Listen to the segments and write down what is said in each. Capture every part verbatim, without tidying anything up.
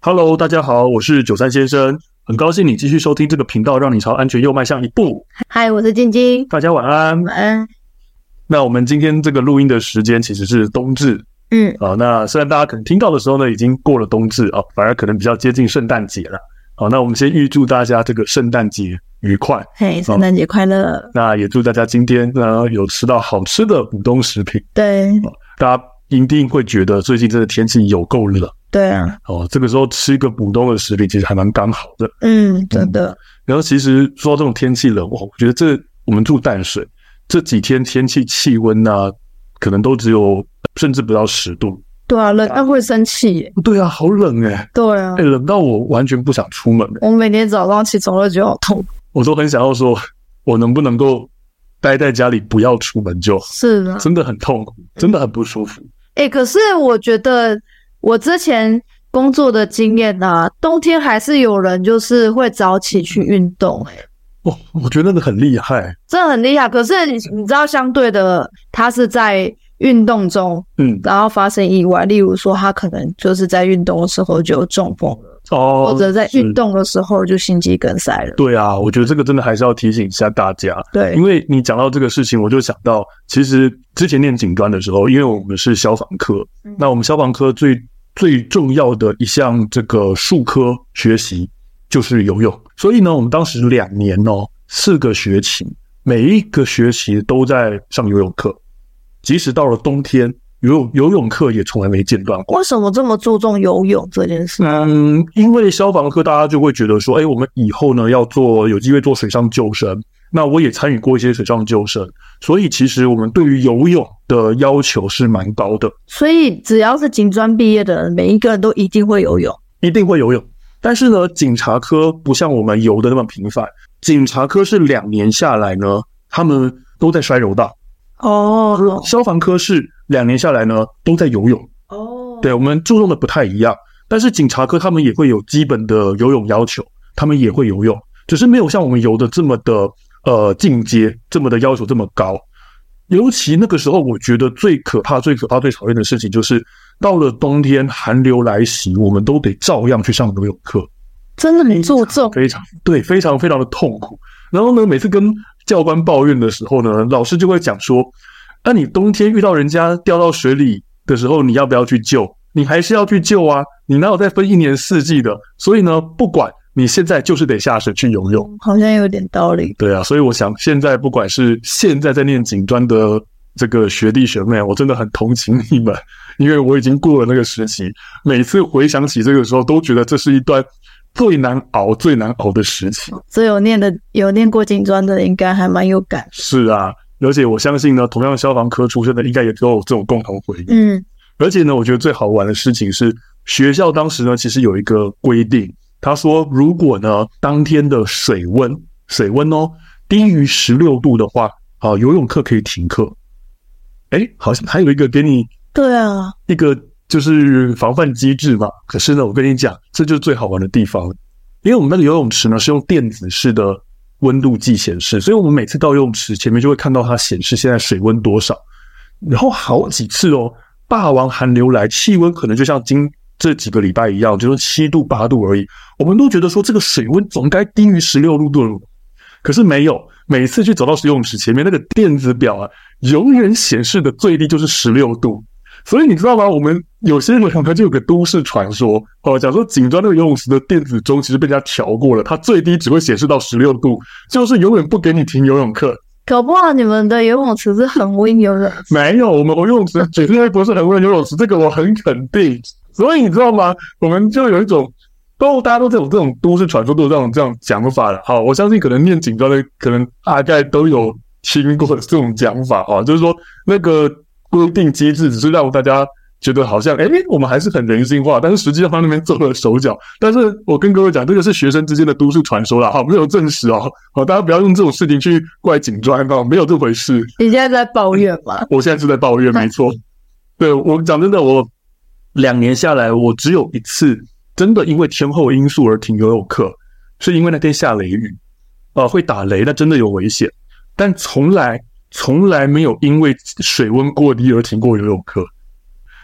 Hello， 大家好，我是九三先生，很高兴你继续收听这个频道，让你朝安全又迈向一步。 嗨，我是晶晶， 大家晚安。 晚安。 那我们今天这个录音的时间其实是冬至， 嗯， 啊，那虽然大家可能听到的时候呢，已经过了冬至啊，反而可能比较接近圣诞节了。好，那我们先预祝大家这个圣诞节愉快。 嘿，圣诞节快乐。 那也祝大家今天呢有吃到好吃的补冬食品。 对， 大家一定会觉得最近这个天气有够热。 对啊， 哦，这个时候吃一个补冬的食品其实还蛮刚好的。 嗯，真的。 嗯、然后其实说到这种天气冷，我觉得这我们住淡水这几天天气气温啊，可能都只有甚至不到十度。 对啊，冷到会生气耶。 对啊，好冷哎。 对啊， 欸，冷到我完全不想出门。 我每天早上起床都觉得好痛， 我都很想要说，我能不能够待在家里不要出门就好。 是的， 真的很痛苦，真的很不舒服。 哎、欸，可是我觉得我之前工作的经验啊，冬天还是有人就是会早起去运动。哎， 哦，我觉得那个很厉害， 真的很厉害。可是你你知道，相对的，他是在运动中，嗯，然后发生意外，例如说他可能就是在运动的时候就中风了，哦，或者在运动的时候就心肌梗塞了。对啊，我觉得这个真的还是要提醒一下大家。 对， 因为你讲到这个事情，我就想到，其实之前念警专的时候，因为我们是消防科，嗯、那我们消防科最最重要的一项这个术科学习就是游泳，所以呢，我们当时两年哦，四个学期，每一个学期都在上游泳课。即使到了冬天，游泳游泳课也从来没间断过。 为什么这么注重游泳这件事？ 嗯，因为消防科大家就会觉得说，哎，我们以后呢要做有机会做水上救生。那我也参与过一些水上救生，所以其实我们对于游泳的要求是蛮高的。 所以只要是警专毕业的人，每一个人都一定会游泳， 一定会游泳。但是呢，警察科不像我们游的那么频繁，警察科是两年下来呢，他们都在摔柔道。哦，消防科是两年下来呢都在游泳。哦，对，我们注重的不太一样，但是警察科他们也会有基本的游泳要求，他们也会游泳，只是没有像我们游的这么的呃进阶，这么的要求这么高。尤其那个时候，我觉得最可怕、最可怕、最讨厌的事情就是，到了冬天寒流来袭，我们都得照样去上游泳课， 真的很注重， 非常对，非常非常的痛苦。然后呢，每次跟教官抱怨的时候呢，老师就会讲说，那、啊、你冬天遇到人家掉到水里的时候，你要不要去救？你还是要去救啊，你哪有再分一年四季的？所以呢，不管你现在就是得下水去游泳。 嗯、好像有点道理。 对啊，所以我想现在不管是现在在念警专的这个学弟学妹，我真的很同情你们，因为我已经过了那个时期，每次回想起这个时候，都觉得这是一段最难熬、最难熬的时期。 所以有念的、有念过警专的，应该还蛮有感。 是啊，而且我相信呢，同样消防科出身的，应该也都有这种共同回忆。嗯，而且呢，我觉得最好玩的事情是，学校当时呢，其实有一个规定，他说，如果呢当天的水温水温哦低于十六度的话，啊，游泳课可以停课。哎，好像还有一个给你对啊一个。就是防范机制嘛，可是呢，我跟你讲，这就是最好玩的地方，因为我们那个游泳池呢是用电子式的温度计显示，所以我们每次到游泳池前面就会看到它显示现在水温多少，然后好几次哦，霸王寒流来，气温可能就像今这几个礼拜一样，就是七度八度而已，我们都觉得说这个水温总该低于十六度了，可是没有，每次去走到游泳池前面，那个电子表啊，永远显示的最低就是十六度。所以你知道吗？我们有些人可能就有个都市传说哦，讲说警专那个游泳池的电子钟其实被人家调过了，它最低只会显示到十六度，就是永远不给你停游泳课。 搞不好你们的游泳池是恒温游泳池？ 没有，我们游泳池绝对不是恒温游泳池，这个我很肯定。所以你知道吗？我们就有一种，都大家都这种这种都市传说，都有这种这样讲法了。好，我相信可能念警专的，可能大概都有听过这种讲法哈，就是说那个。规定机制只是让大家觉得好像诶我们还是很人性化，但是实际上他那边做了手脚。但是我跟各位讲，这个是学生之间的都市传说啦，好，没有证实哦，好，大家不要用这种事情去怪警专哦，没有这回事。 你现在在抱怨吗？ 我现在是在抱怨，没错。对，我讲真的，我两年下来，我只有一次真的因为天候因素而停游泳课，是因为那天下雷雨，呃，会打雷，那真的有危险，但从来。从来没有因为水温过低而停过游泳课，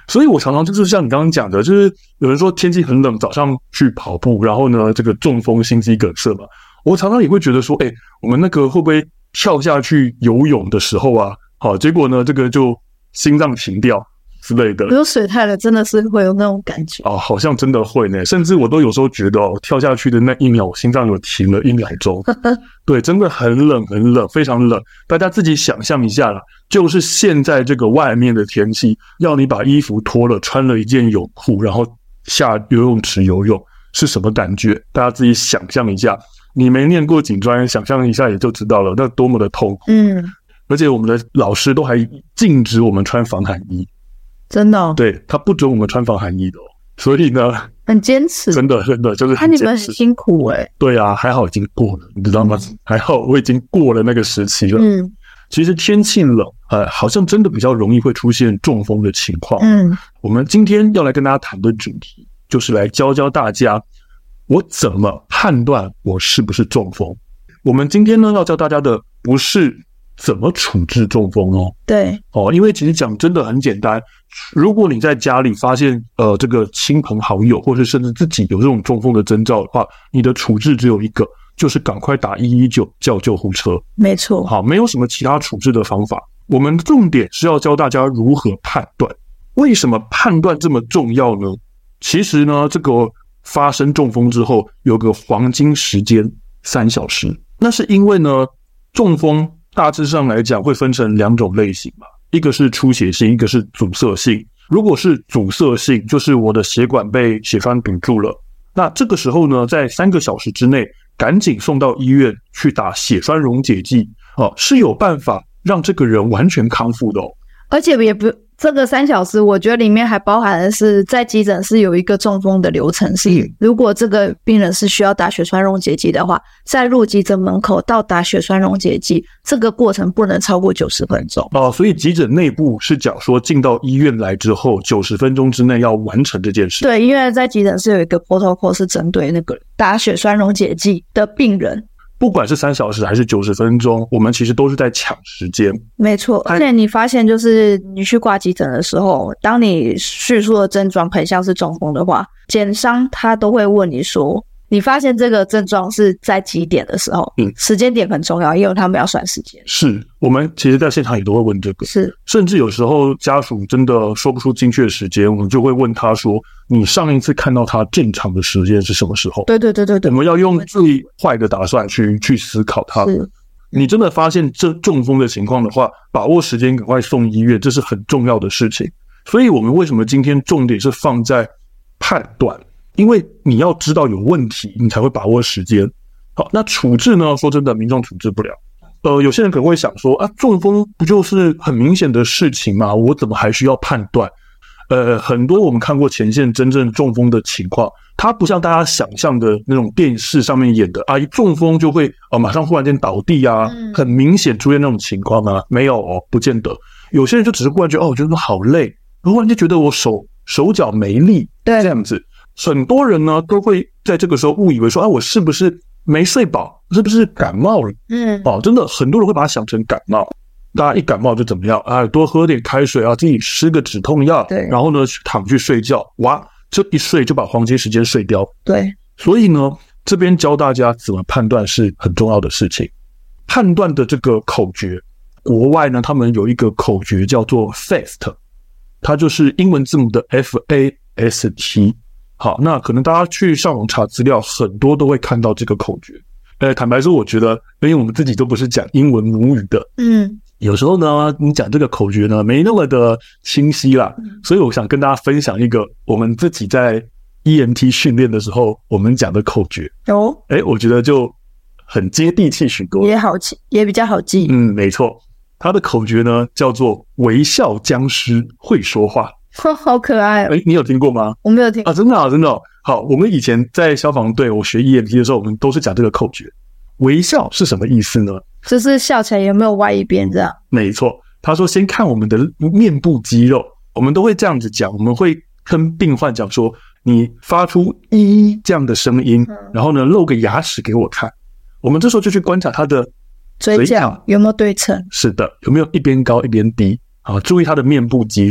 所以我常常就是像你刚刚讲的，就是有人说天气很冷，早上去跑步，然后呢这个中风心肌梗塞嘛，我常常也会觉得说，哎，我们那个会不会跳下去游泳的时候啊，好，结果呢这个就心脏停掉之类的。 有水太了真的是会有那种感觉哦， 好像真的会呢，甚至我都有时候觉得哦，跳下去的那一秒，我心脏有停了一秒钟。对，真的很冷很冷，非常冷。大家自己想象一下啦，就是现在这个外面的天气，要你把衣服脱了，穿了一件泳裤，然后下游泳池游泳，是什么感觉？大家自己想象一下。你没念过警专，想象一下也就知道了，那多么的痛苦。 嗯， 而且我们的老师都还禁止我们穿防寒衣。 真的哦？ 对，他不准我们穿防寒衣的哦，所以呢， 很坚持， 真的真的就是很坚持。 那你们很辛苦哎、欸。 对啊，还好已经过了，你知道吗？嗯、还好我已经过了那个时期了。 嗯， 其实天气冷，呃，好像真的比较容易会出现中风的情况。 嗯， 我们今天要来跟大家谈的主题，就是来教教大家，我怎么判断我是不是中风。我们今天呢要教大家的不是怎么处置中风哦。 对哦，因为其实讲真的很简单，如果你在家里发现呃这个亲朋好友或是甚至自己有这种中风的征兆的话，你的处置只有一个，就是赶快打一一九叫救护车。 没错， 好，没有什么其他处置的方法。我们重点是要教大家如何判断。为什么判断这么重要呢？其实呢，这个发生中风之后有个黄金时间三小时，那是因为呢，中风大致上来讲会分成两种类型嘛，一个是出血性，一个是阻塞性。如果是阻塞性，就是我的血管被血栓堵住了，那这个时候呢，在三个小时之内赶紧送到医院去打血栓溶解剂，哦，是有办法让这个人完全康复的哦。 而且也不这个三小时，我觉得里面还包含的是在急诊室有一个中风的流程是，嗯、如果这个病人是需要打血栓溶解剂的话，在入急诊门口到打血栓溶解剂这个过程不能超过九十分钟哦。所以急诊内部是讲说进到医院来之后九十分钟之内要完成这件事。 对，因为在急诊室有一个 protocol 是针对那个打血栓溶解剂的病人。 不管是三小时还是九十分钟，我们其实都是在抢时间。 没错，而且你发现就是你去挂急诊的时候，当你叙述的症状很像是中风的话，检伤他都会问你说，你发现这个症状是在几点的时候？嗯，时间点很重要，因为他们要算时间。 是，我们其实在现场也都会问这个。 是， 甚至有时候家属真的说不出精确的时间，我们就会问他说，你上一次看到他正常的时间是什么时候？ 对对对对对， 我们要用最坏的打算去去思考它。你真的发现这中风的情况的话，把握时间赶快送医院，这是很重要的事情。所以我们为什么今天重点是放在判断？因为你要知道有问题，你才会把握时间。好，那处置呢？说真的，民众处置不了。呃，有些人可能会想说啊，中风不就是很明显的事情吗？我怎么还需要判断？呃，很多我们看过前线真正中风的情况，它不像大家想象的那种电视上面演的啊，一中风就会呃马上忽然间倒地啊，很明显出现那种情况啊，没有哦，不见得。有些人就只是忽然觉得哦，我觉得好累，忽然间觉得我手手脚没力， 对， 这样子。很多人呢都会在这个时候误以为说，啊，我是不是没睡饱？是不是感冒了？嗯，哦，真的很多人会把它想成感冒。大家一感冒就怎么样啊？多喝点开水啊，自己吃个止痛药， 对， 然后呢躺去睡觉，哇，这一睡就把黄金时间睡掉。 对，所以呢，这边教大家怎么判断是很重要的事情。判断的这个口诀，国外呢他们有一个口诀叫做 FAST， 它就是英文字母的 F A S T。好，那可能大家去上网查资料，很多都会看到这个口诀。呃，坦白说，我觉得，因为我们自己都不是讲英文母语的，嗯，有时候呢，你讲这个口诀呢，没那么的清晰啦，所以我想跟大家分享一个我们自己在 E M T 训练的时候，我们讲的口诀。哦，哎，我觉得就很接地气许多， 也好记，也比较好记。 嗯，没错，它的口诀呢叫做“微笑僵尸会说话”。 好可爱哦！ 哎，你有听过吗？ 我没有听啊，真的啊，真的哦。好，我们以前在消防队，我学 E M T 的时候，我们都是讲这个口诀。微笑是什么意思呢？ 就是笑起来有没有歪一边这样。 没错，他说先看我们的面部肌肉，我们都会这样子讲，我们会跟病患讲说，你发出一这样的声音，然后呢露个牙齿给我看。我们这时候就去观察他的嘴角有没有对称。 是的，有没有一边高一边低。好，注意他的面部肌肉。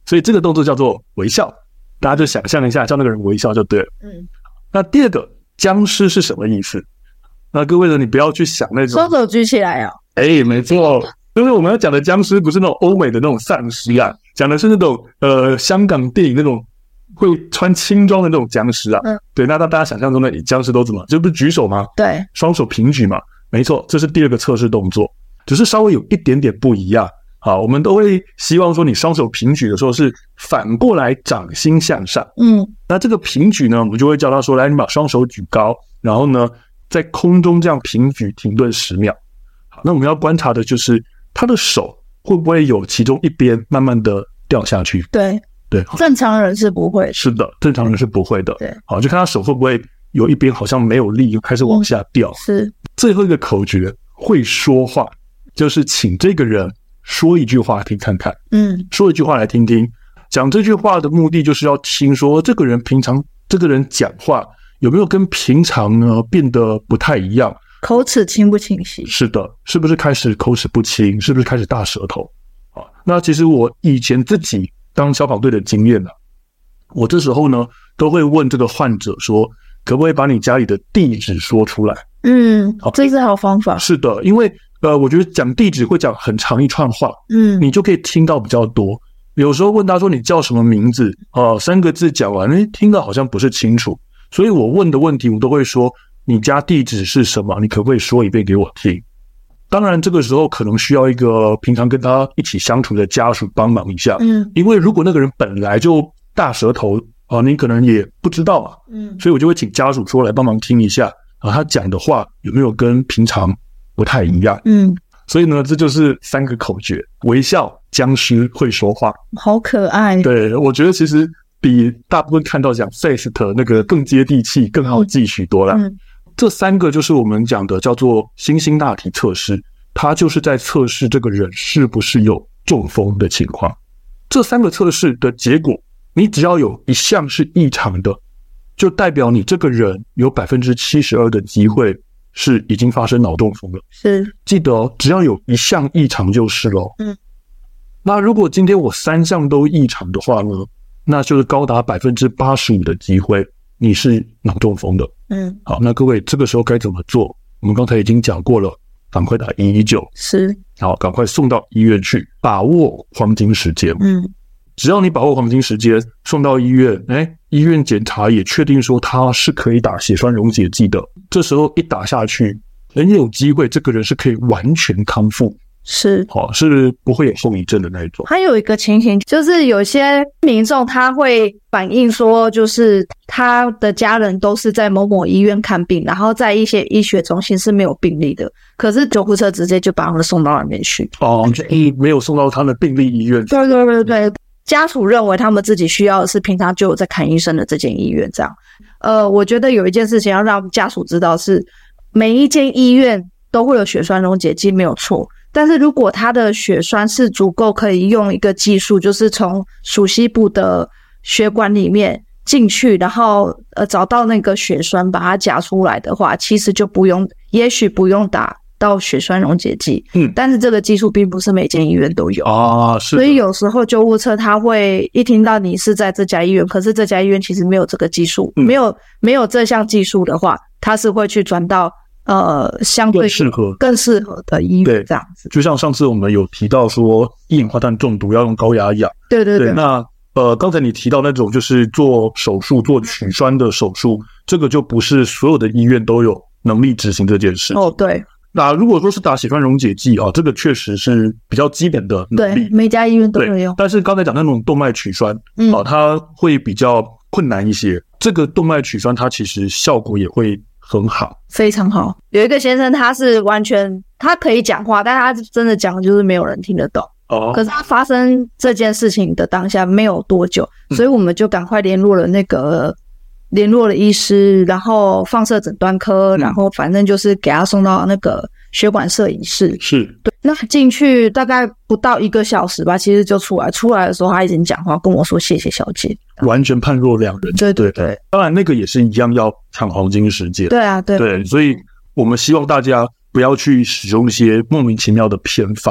所以这个动作叫做微笑，大家就想象一下，叫那个人微笑就对了。嗯，那第二个僵尸是什么意思？那各位呢，你不要去想那种双手举起来啊。 哎，没错，就是我们要讲的僵尸不是那种欧美的那种丧尸啊，讲的是那种呃香港电影那种会穿轻装的那种僵尸啊。嗯，对，那大家想象中的僵尸都怎么？这不是举手吗？ 对， 双手平举嘛，没错，这是第二个测试动作，只是稍微有一点点不一样。好，我们都会希望说你双手平举的时候是反过来掌心向上。嗯，那这个平举呢，我们就会教他说，来，你把双手举高，然后呢在空中这样平举停顿十秒。好，那我们要观察的就是他的手会不会有其中一边慢慢的掉下去。 对对， 正常人是不会。 是的，正常人是不会的。 对， 好，就看他手会不会有一边好像没有力，开始往下掉。 嗯、是。 最后一个口诀会说话，就是请这个人说一句话听看看。嗯，说一句话来听听。讲这句话的目的就是要听说这个人平常这个人讲话有没有跟平常呢变得不太一样， 口齿清不清晰。 是的，是不是开始口齿不清，是不是开始大舌头。好，那其实我以前自己当消防队的经验啊，我这时候呢都会问这个患者说，可不可以把你家里的地址说出来。嗯，好，这是好方法。 是的，因为呃，我觉得讲地址会讲很长一串话，嗯，你就可以听到比较多。有时候问他说你叫什么名字，哦、呃，三个字讲完，诶，听到好像不是清楚。所以我问的问题我都会说，你家地址是什么？你可不可以说一遍给我听？当然这个时候可能需要一个平常跟他一起相处的家属帮忙一下，嗯，因为如果那个人本来就大舌头啊、呃，你可能也不知道嘛，嗯，所以我就会请家属说来帮忙听一下啊，他讲的话有没有跟平常不太一样？嗯，所以呢，这就是三个口诀：微笑、僵尸、会说话。 好可爱。 对，我觉得其实比大部分看到讲 face 的那个更接地气，更好记许多啦。嗯，这三个就是我们讲的叫做星星大体测试，它就是在测试这个人是不是有中风的情况。这三个测试的结果，你只要有一项是异常的，就代表你这个人有 百分之七十二 的机会是已经发生脑中风了。 是， 记得哦，只要有一项异常就是咯。嗯，那如果今天我三项都异常的话呢，那就是高达 百分之八十五 的机会你是脑中风的。嗯，好，那各位这个时候该怎么做？我们刚才已经讲过了，赶快打一一九。 是， 好，赶快送到医院去，把握黄金时间。嗯，只要你把握黄金时间，送到医院，哎，医院检查也确定说他是可以打血栓溶解剂的，这时候一打下去，很有机会这个人是可以完全康复。 是， 好，是不会有后遗症的那一种。 还有一个情形，就是有些民众他会反映说，就是他的家人都是在某某医院看病，然后在一些医学中心是没有病历的，可是救护车直接就把他们送到那边去。 哦，没有送到他的病历医院。 对对对对，家属认为他们自己需要的是平常就有在看医生的这间医院，这样。呃，我觉得有一件事情要让家属知道是，每一间医院都会有血栓溶解剂，没有错。但是如果他的血栓是足够可以用一个技术，就是从属膝部的血管里面进去，然后呃找到那个血栓把它夹出来的话，其实就不用，也许不用打到血栓溶解剂。嗯，但是这个技术并不是每间医院都有啊，是。 所以有时候救护车他会一听到你是在这家医院，可是这家医院其实没有这个技术，嗯、没有没有这项技术的话，他是会去转到呃，相对更适合、 更适合的医院这样子。 就像上次我们有提到说，一氧化碳中毒要用高压氧。 对对 对, 对。那呃，刚才你提到那种就是做手术、做取栓的手术，这个就不是所有的医院都有能力执行这件事。 哦，对。 那如果说是打血栓溶解剂啊，这个确实是比较基本的能力， 对，每家医院都会用。 但是刚才讲那种动脉取栓，嗯，啊，它会比较困难一些。这个动脉取栓它其实效果也会很好， 非常好。有一个先生，他是完全他可以讲话，但他真的讲就是没有人听得懂。哦，可是他发生这件事情的当下没有多久，嗯、所以我们就赶快联络了那个联络了医师，然后放射诊断科，嗯、然后反正就是给他送到那个血管摄影室。 是， 对。那进去大概不到一个小时吧，其实就出来。出来的时候他已经讲话跟我说谢谢小姐， 完全判若两人。 对对对， 当然那个也是一样要抢黄金时间。 对啊，对对，所以我们希望大家不要去使用一些莫名其妙的偏方。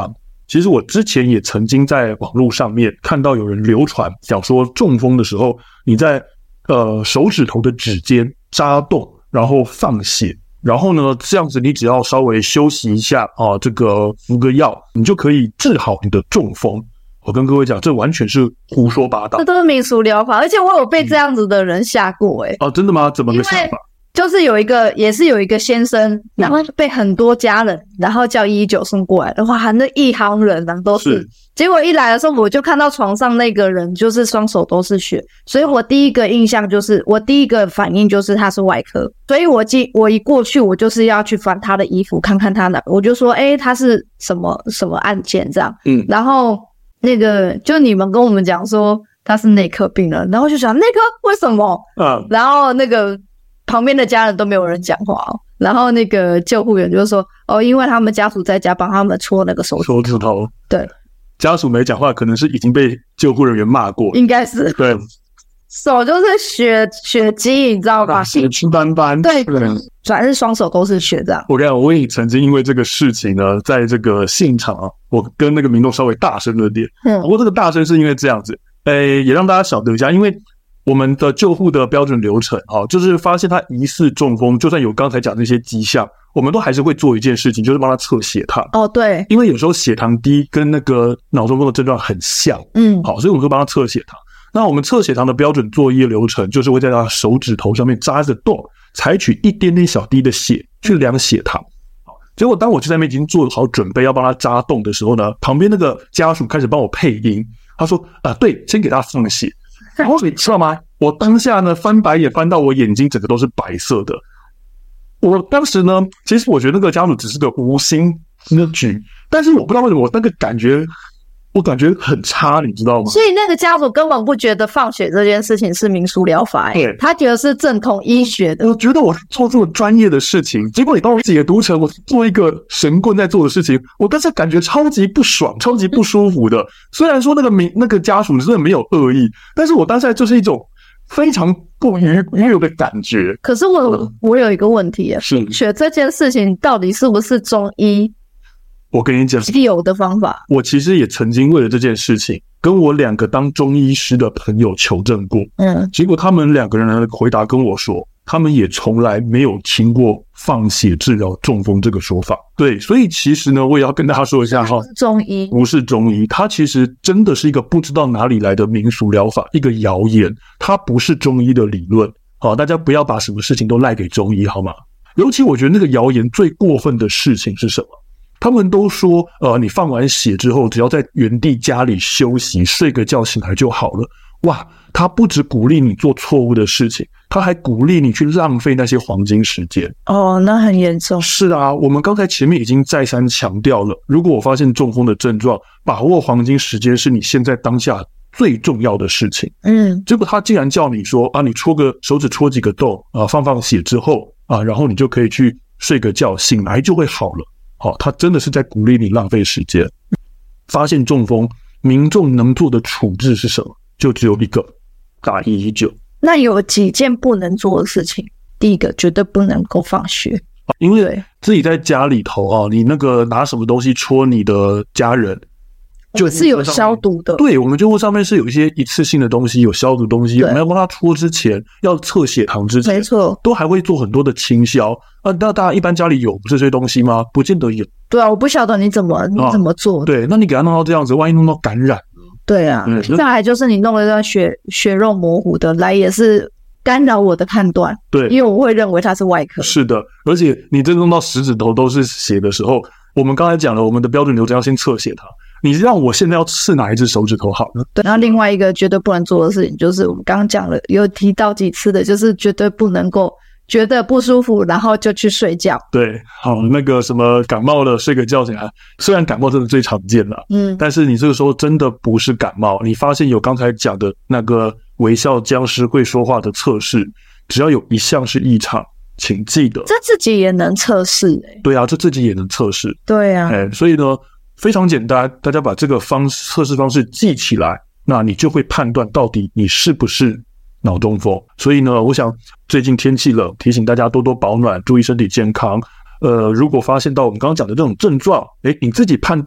其实我之前也曾经在网络上面看到有人流传，讲说中风的时候，你在呃手指头的指尖扎洞，然后放血，然后呢，这样子你只要稍微休息一下啊，这个服个药，你就可以治好你的中风。我跟各位讲，这完全是胡说八道， 这都是民俗疗法，而且我有被这样子的人吓过哎、欸。 哦，真的吗？怎么个吓法？ 就是有一个，也是有一个先生，然后被很多家人，然后叫一一九送过来的话，那一行人呢都是。是结果一来的时候，我就看到床上那个人就是双手都是血，所以我第一个印象就是，我第一个反应就是他是外科，所以我记我一过去，我就是要去翻他的衣服，看看他哪，我就说，哎、欸，他是什么什么案件这样，嗯，然后。那个就你们跟我们讲说他是内科病人，然后就想内科为什么？嗯，然后那个旁边的家人都没有人讲话哦，然后那个救护员就说哦，因为他们家属在家帮他们搓那个手指头。手指头，对， 家属没讲话，可能是已经被救护人员骂过， 应该是对。 手就是血血迹，你知道吧？ 血迹斑斑， 对，反正双手都是血这样。 我跟你讲，我也曾经因为这个事情呢，在这个现场啊，我跟那个民众稍微大声了点。嗯，不过这个大声是因为这样子，诶，也让大家晓得一下，因为我们的救护的标准流程啊，就是发现他疑似中风，就算有刚才讲那些迹象，我们都还是会做一件事情，就是帮他测血糖。 哦，对， 因为有时候血糖低跟那个脑中风的症状很像，嗯，好，所以我们会帮他测血糖。那我们测血糖的标准作业流程，就是会在他手指头上面扎着洞，采取一点点小滴的血去量血糖。结果当我去那边已经做好准备要帮他扎洞的时候呢，旁边那个家属开始帮我配音，他说啊、呃，对，先给他放血。然后你知道吗？我当下呢翻白眼翻到我眼睛整个都是白色的。我当时呢，其实我觉得那个家属只是个无心之举，但是我不知道为什么我那个感觉。我感觉很差，你知道吗？ 所以那个家属根本不觉得放血这件事情是民俗疗法、欸，他觉得是正统医学的。 我觉得我做这么专业的事情，结果你帮我解读成我做一个神棍在做的事情，我当时感觉超级不爽，超级不舒服的。虽然说那个民那个家属真的没有恶意，但是我当下就是一种非常不愉悦的感觉。 可是我、嗯、我有一个问题、欸，是血这件事情到底是不是中医？ 我跟你讲， 既有的方法。 我其实也曾经为了这件事情，跟我两个当中医师的朋友求证过。嗯，结果他们两个人的回答跟我说，他们也从来没有听过放血治疗中风这个说法。对，所以其实呢，我也要跟大家说一下哈， 中医不是中医，它其实真的是一个不知道哪里来的民俗疗法，一个谣言，它不是中医的理论。好，大家不要把什么事情都赖给中医，好吗？尤其我觉得那个谣言最过分的事情是什么？他们都说，呃，你放完血之后，只要在原地家里休息，睡个觉醒来就好了。哇，他不只鼓励你做错误的事情，他还鼓励你去浪费那些黄金时间。 哦，那很严重。 是啊，我们刚才前面已经再三强调了，如果我发现中风的症状，把握黄金时间是你现在当下最重要的事情。嗯，结果他竟然叫你说啊，你戳个手指戳几个洞啊，放放血之后啊，然后你就可以去睡个觉，醒来就会好了。好，他真的是在鼓励你浪费时间。发现中风，民众能做的处置是什么？就只有一个，打一一九。 那有几件不能做的事情？第一个，绝对不能够放血， 因为自己在家里头啊，你那个拿什么东西戳你的家人， 就是有消毒的。 对，我们救护上面是有一些一次性的东西，有消毒东西。我们要帮他戳之前，要测血糖之前， 没错， 都还会做很多的清消。啊，那大家一般家里有这些东西吗？不见得有。 对啊，我不晓得你怎么你怎么做、啊。 对，那你给他弄到这样子，万一弄到感染， 对啊。嗯、再来就是你弄了一段血血肉模糊的，来也是干扰我的判断。对，因为我会认为它是外科。 是的，而且你真弄到食指头都是血的时候，我们刚才讲了，我们的标准流程要先测血糖。你让我现在要刺哪一只手指头好呢？ 对，然后另外一个绝对不能做的事情，就是我们刚刚讲了，有提到几次的，就是绝对不能够觉得不舒服，然后就去睡觉。 对，好，那个什么感冒了睡个觉起来，虽然感冒真的最常见了，嗯，但是你这个时候真的不是感冒，你发现有刚才讲的那个微笑僵尸会说话的测试，只要有一项是异常，请记得， 这自己也能测试、欸。 对啊，这自己也能测试。 对啊， 哎，所以呢。非常简单，大家把这个方测试方式记起来，那你就会判断到底你是不是脑中风。所以呢，我想最近天气冷，提醒大家多多保暖，注意身体健康。呃，如果发现到我们刚刚讲的这种症状，诶，你自己判断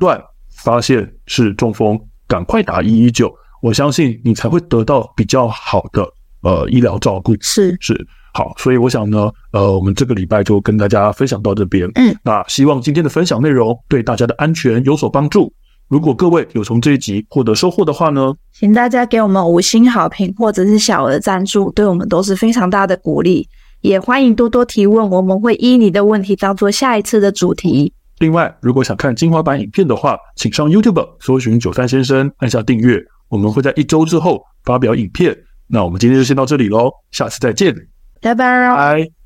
发现是中风，赶快打一一九，我相信你才会得到比较好的呃医疗照顾。 是是好，所以我想呢，呃，我们这个礼拜就跟大家分享到这边。 嗯， 那希望今天的分享内容对大家的安全有所帮助。如果各位有从这一集获得收获的话呢， 请大家给我们五星好评或者是小额赞助，对我们都是非常大的鼓励。也欢迎多多提问，我们会依你的问题当做下一次的主题。 另外，如果想看精华版影片的话，请上 YouTube 搜寻九三先生，按下订阅。我们会在一周之后发表影片。那我们今天就先到这里咯，下次再见， 拜拜。